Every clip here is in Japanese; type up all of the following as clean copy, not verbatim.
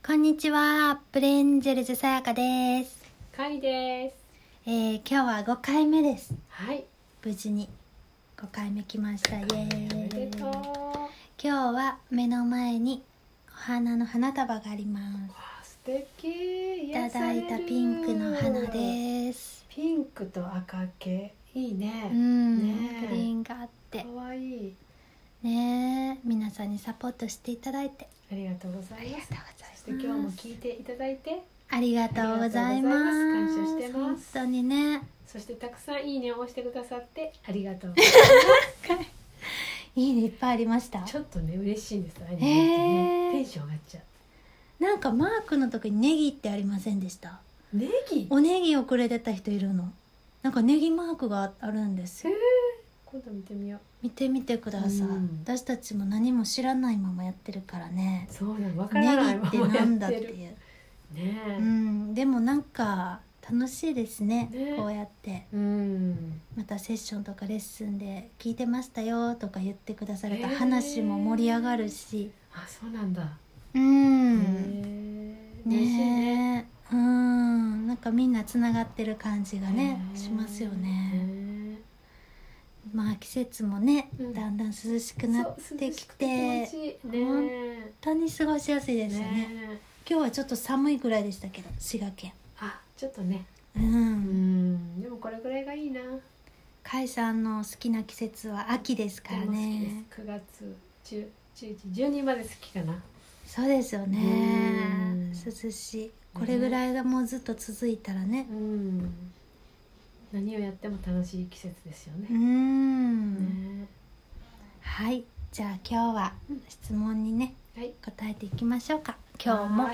こんにちは、プレエンジェルズさやかです。 かりです。 今日は5回目です。 はい。 無事に5回目来ました。イエーイ。 おめでとう。 今日は目の前にお花の花束があります。 わあ、素敵。 いただいたピンクの花です。 ピンクと赤系いいね。 ね、グリーンがあってかわいいね。皆さんにサポートしていただいてありがとうございます。そして今日も聞いていただいてありがとうございます。 感謝してます。 本当にね。 そしてたくさんいいねを押してくださってありがとうございます。 いいねいっぱいありました。 ちょっとね嬉しいんです。テンション上がっちゃう。 なんかマークの時にネギってありませんでした？ ネギ？ おネギをくれてた人いるの。なんかネギマークがあるんですよ。 今度見てみよう。 見てみてください。私たちも何も知らないままやってるからね。 そうなの、分からないままやってる。 ネギってなんだっていう。 ね。 でもなんか楽しいですね。こうやって、またセッションとかレッスンで聞いてましたよとか言ってくださると話も盛り上がるし。 あ、そうなんだ。 ね。なんかみんなつながってる感じがねしますよね。まあ季節もね、だんだん涼しくなってきて、本当に過ごしやすいですよね。今日はちょっと寒いぐらいでしたけど、滋賀県。 あ、ちょっとね。でもこれぐらいがいいな。 甲斐さんの好きな季節は秋ですからね。 9月10、11、12まで好きかな。 そうですよね。涼しい。これぐらいがもうずっと続いたらね。 何をやっても楽しい季節ですよね。 はい、じゃあ今日は質問にね、答えていきましょうか。今日も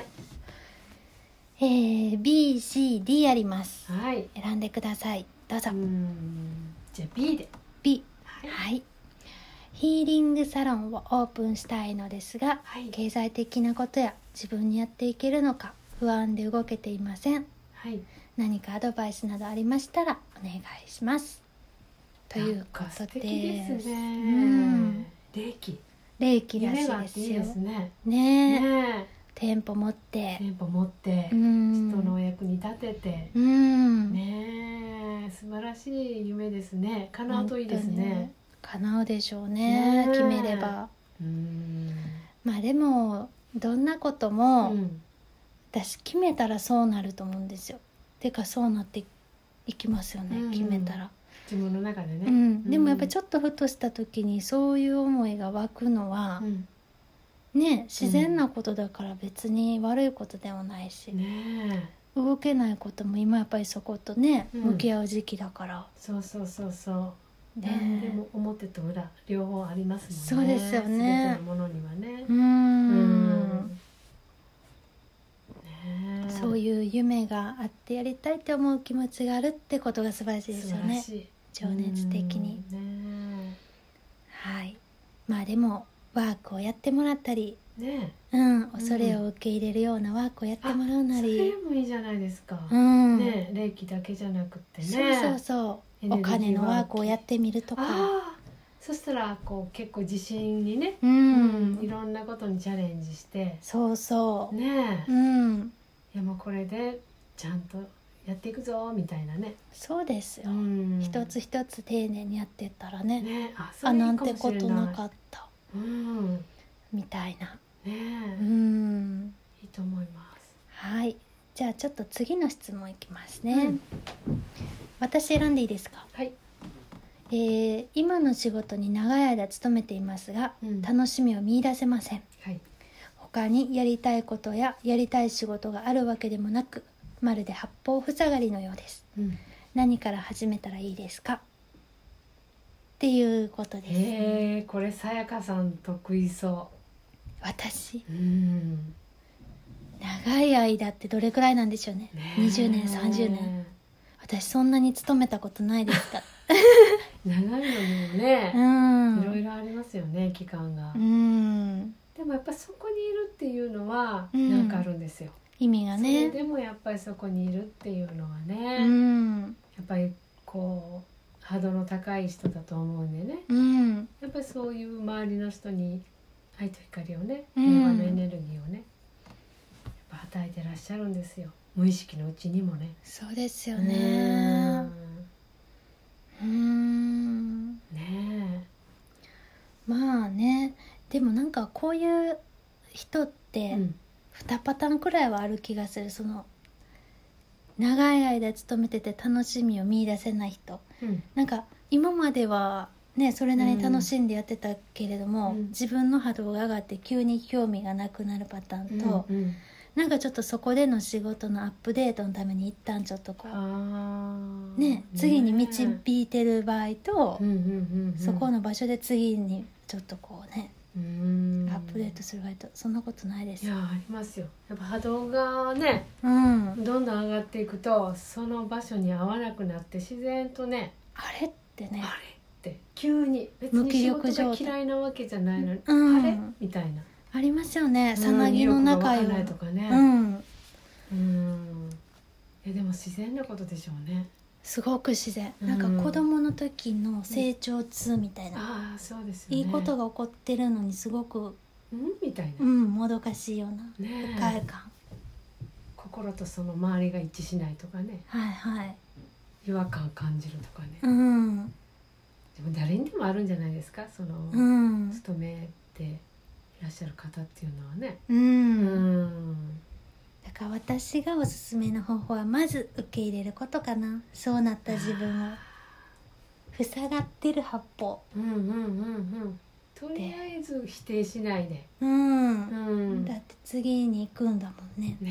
B、C、D あります。選んでください。どうぞ。 じゃあ B で。 B。はい。ヒーリングサロンをオープンしたいのですが、経済的なことや自分にやっていけるのか不安で動けていません。何かアドバイスなどありましたらお願いします。ということで。 素敵ですね。 霊気らしいですよ。 いいですね。 店舗持って人のお役に立てて、素晴らしい夢ですね。叶うといいですね。 叶うでしょうね。決めれば。まあでもどんなことも、私決めたらそうなると思うんですよ。てかそうなっていきますよね、決めたら。 自分の中でね。 でもやっぱりちょっとふとした時にそういう思いが湧くのは、ね、自然なことだから別に悪いことでもないし、動けないことも今やっぱりそことね、向き合う時期だから。 そう。でも表と裏両方ありますもんね。 そうですよね。 全てのものにはね。 そういう夢があってやりたいって思う気持ちがあるってことが素晴らしいですよね。情熱的に。はい。まあでもワークをやってもらったり、恐れを受け入れるようなワークをやってもらうなり、 それもいいじゃないですか。霊気だけじゃなくてね。 そうお金のワークをやってみるとか。 そしたらこう結構自信にね、いろんなことにチャレンジして、いやもうこれでちゃんとやっていくぞみたいなね。 そうですよ。一つ一つ丁寧にやってったらね、なんてことなかった、みたいな。いいと思います。 はい。じゃあちょっと次の質問いきますね。私選んでいいですか？今の仕事に長い間勤めていますが、楽しみを見出せません。他にやりたいことややりたい仕事があるわけでもなく、まるで八方塞がりのようです。何から始めたらいいですか？っていうことです。 これさやかさん得意そう。 私、長い間ってどれくらいなんでしょうね。20年30年。私そんなに勤めたことないですか？ 長いのにもね、いろいろありますよね、期間が。でもやっぱそこにいるっていうのはなんかあるんですよ、 意味がね。 それでもやっぱりそこにいるっていうのはね、やっぱりこう波動の高い人だと思うんでね、やっぱりそういう周りの人に愛と光をね、平和のエネルギーをね、やっしゃるんですよ、無意識のうちにもね。 そうですよね。 ねまあね、でもなんかこういう人って2パターンくらいはある気がする。その長い間勤めてて楽しみを見出せない人、なんか今まではねそれなりに楽しんでやってたけれども、自分の波動が上がって急に興味がなくなるパターンと、なんかちょっとそこでの仕事のアップデートのために一旦ちょっとこうね次に導いてる場合と、そこの場所で次にちょっとこうねアップデートする場合と、そんなことないです。 いやありますよ。やっぱ波動がね、どんどん上がっていくとその場所に合わなくなって自然とね、 あれってね、 あれって急に別に仕事が嫌いなわけじゃないのに、あれみたいなありますよね。さなぎの中よ、 とかね。でも自然なことでしょうね。 すごく自然、なんか子供の時の成長痛みたいな、 そうですよね、 いいことが起こってるのにすごくみたいな、 もどかしいような不快感、 心とその周りが一致しないとかね、違和感感じるとかね、でも誰にでもあるんじゃないですか、その、勤めていらっしゃる方っていうのはね。 だから私がおすすめの方法はまず受け入れることかな。そうなった自分を塞がってる八方、 とりあえず否定しないで、 だって次に行くんだもんね。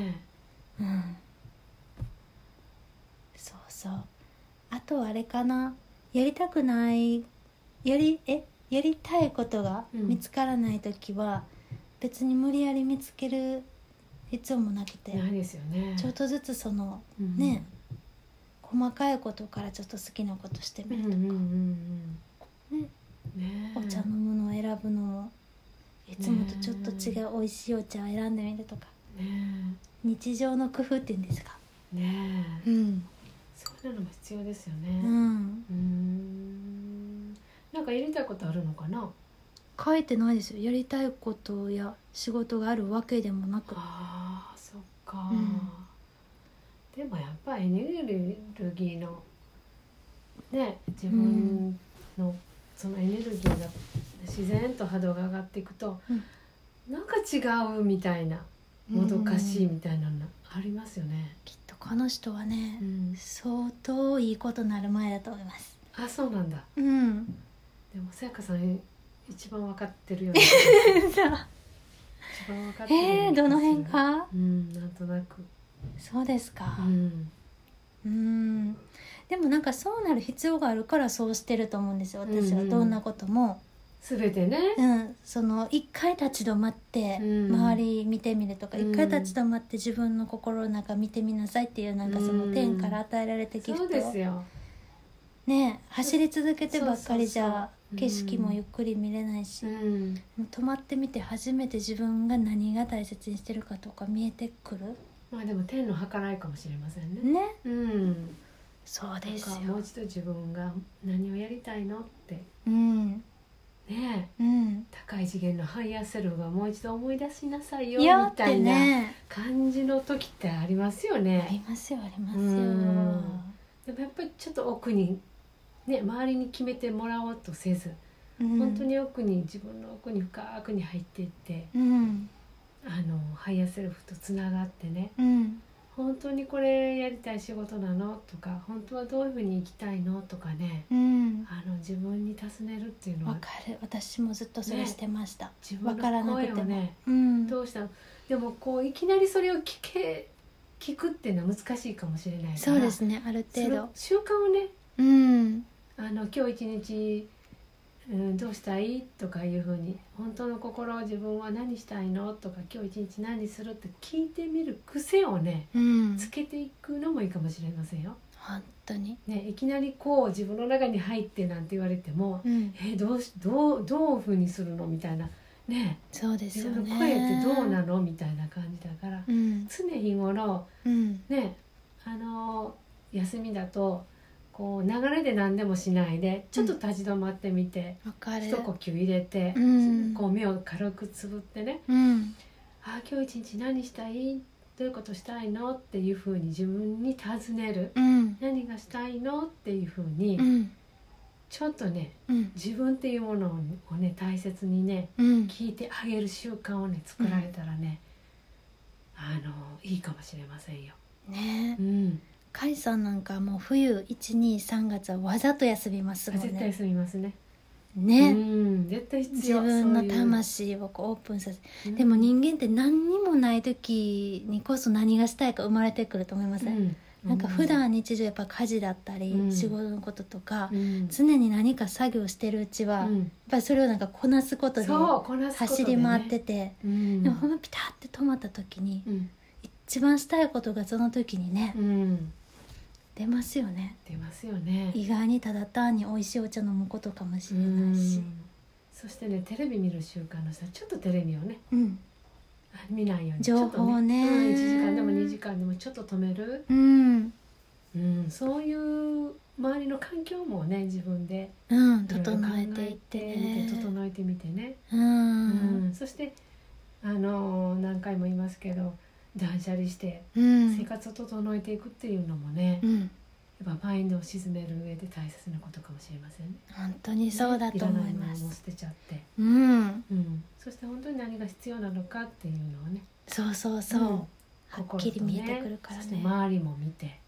そうそう。あとあれかな、やりたくないやりたいことが見つからないときは、別に無理やり見つける必要もなくて、 ないですよね。 ちょっとずつその、ね細かいことからちょっと好きなことしてみるとか、お茶飲むのを選ぶのもいつもとちょっと違う美味しいお茶を選んでみるとか、日常の工夫っていうんですかね、 そういうのも必要ですよね。なんかやりたいことあるのかな。 書いてないですよ。やりたいことや仕事があるわけでもなく。 そっか、でもやっぱりエネルギーのね、自分のそのエネルギーが自然と波動が上がっていくと、なんか違うみたいな、もどかしいみたいなのありますよね。 きっとこの人はね、相当いいことになる前だと思います。 そうなんだ。でもさやかさん一番分かってるよね。一番分かってるよね。 どの辺か？ なんとなく。 そうですか。でもなんかそうなる必要があるからそうしてると思うんですよ。私はどんなことも全てね、 その一回立ち止まって周り見てみるとか、一回立ち止まって自分の心の中見てみなさいっていう、なんかその天から与えられたギフトを、そうですよね、走り続けてばっかりじゃ景色もゆっくり見れないし、止まってみて初めて自分が何が大切にしてるかとか見えてくる。 でも天の計らいかもしれませんね。 そうですよ。 もう一度自分が何をやりたいのって高い次元のハイヤーセルフがもう一度思い出しなさいよみたいな感じの時ってありますよね。 ありますよ、ありますよ。 でもやっぱりちょっと奥に周りに決めてもらおうとせず、本当に奥に、自分の奥に深くに入っていって、ハイヤーセルフとつながってね、本当にこれやりたい仕事なのとか、本当はどういうふうに生きたいのとかね、自分に尋ねるっていうのは分かる。私もずっとそれしてました。 自分の声をね、どうしたの。でもこういきなりそれを聞くっていうのは難しいかもしれないから、 そうですね、ある程度習慣をね、今日一日、どうしたいとかいうふうに、本当の心を自分は何したいのとか、今日一日何するって聞いてみる癖をね、つけていくのもいいかもしれませんよ。 本当にね、いきなりこう自分の中に入ってなんて言われても、どういうふうにするのみたいなね、 そうですよね、 自分の声ってどうなのみたいな感じだから、常日頃、ね、休みだとこう流れで何でもしないでちょっと立ち止まってみて、一呼吸入れて、こう目を軽くつぶってね、今日一日何したいっどういうことしたいのっていうふうに自分に尋ねる、何がしたいのっていうふうに、ちょっとね、自分っていうものをね大切にね、聞いてあげる習慣をね作られたらね、いいかもしれませんよ。 ねえ、甲斐さんなんかもう冬123月はわざと休みますもんね。 絶対休みますね。 ね、 絶対必要。 自分の魂をこうオープンさせ、でも人間って何にもない時にこそ何がしたいか生まれてくると思いません？なんか普段日常やっぱ家事だったり、仕事のこととか、常に何か作業してるうちは、やっぱりそれをなんかこなすことで走り回ってて、でもほんまピタッて止まった時に、一番したいことがその時にね、出ますよね。 出ますよね。 意外にただ単に美味しいお茶飲むことかもしれないし、 そしてね、テレビ見る習慣の人はちょっとテレビをね、見ないように情報をね、 1時間でも2時間でもちょっと止める、そういう周りの環境もね自分で整えていってね、 整えてみてね、そして何回も言いますけど、断捨離して生活を整えていくっていうのもね、やっぱマインドを沈める上で大切なことかもしれませんね。 本当にそうだと思います。 いらないものも捨てちゃって、そして本当に何が必要なのかっていうのをね、 そう、はっきり見えてくるからね。 そして周りも見て、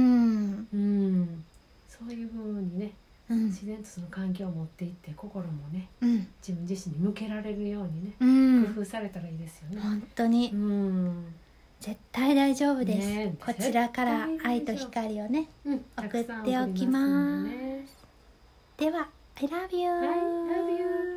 そういうふうにね、自然とその環境を持っていって心もね、自分自身に向けられるようにね、工夫されたらいいですよね。 本当に、絶対大丈夫です、 ね、 こちらから愛と光をね、送っておきます。では I love you、 I love you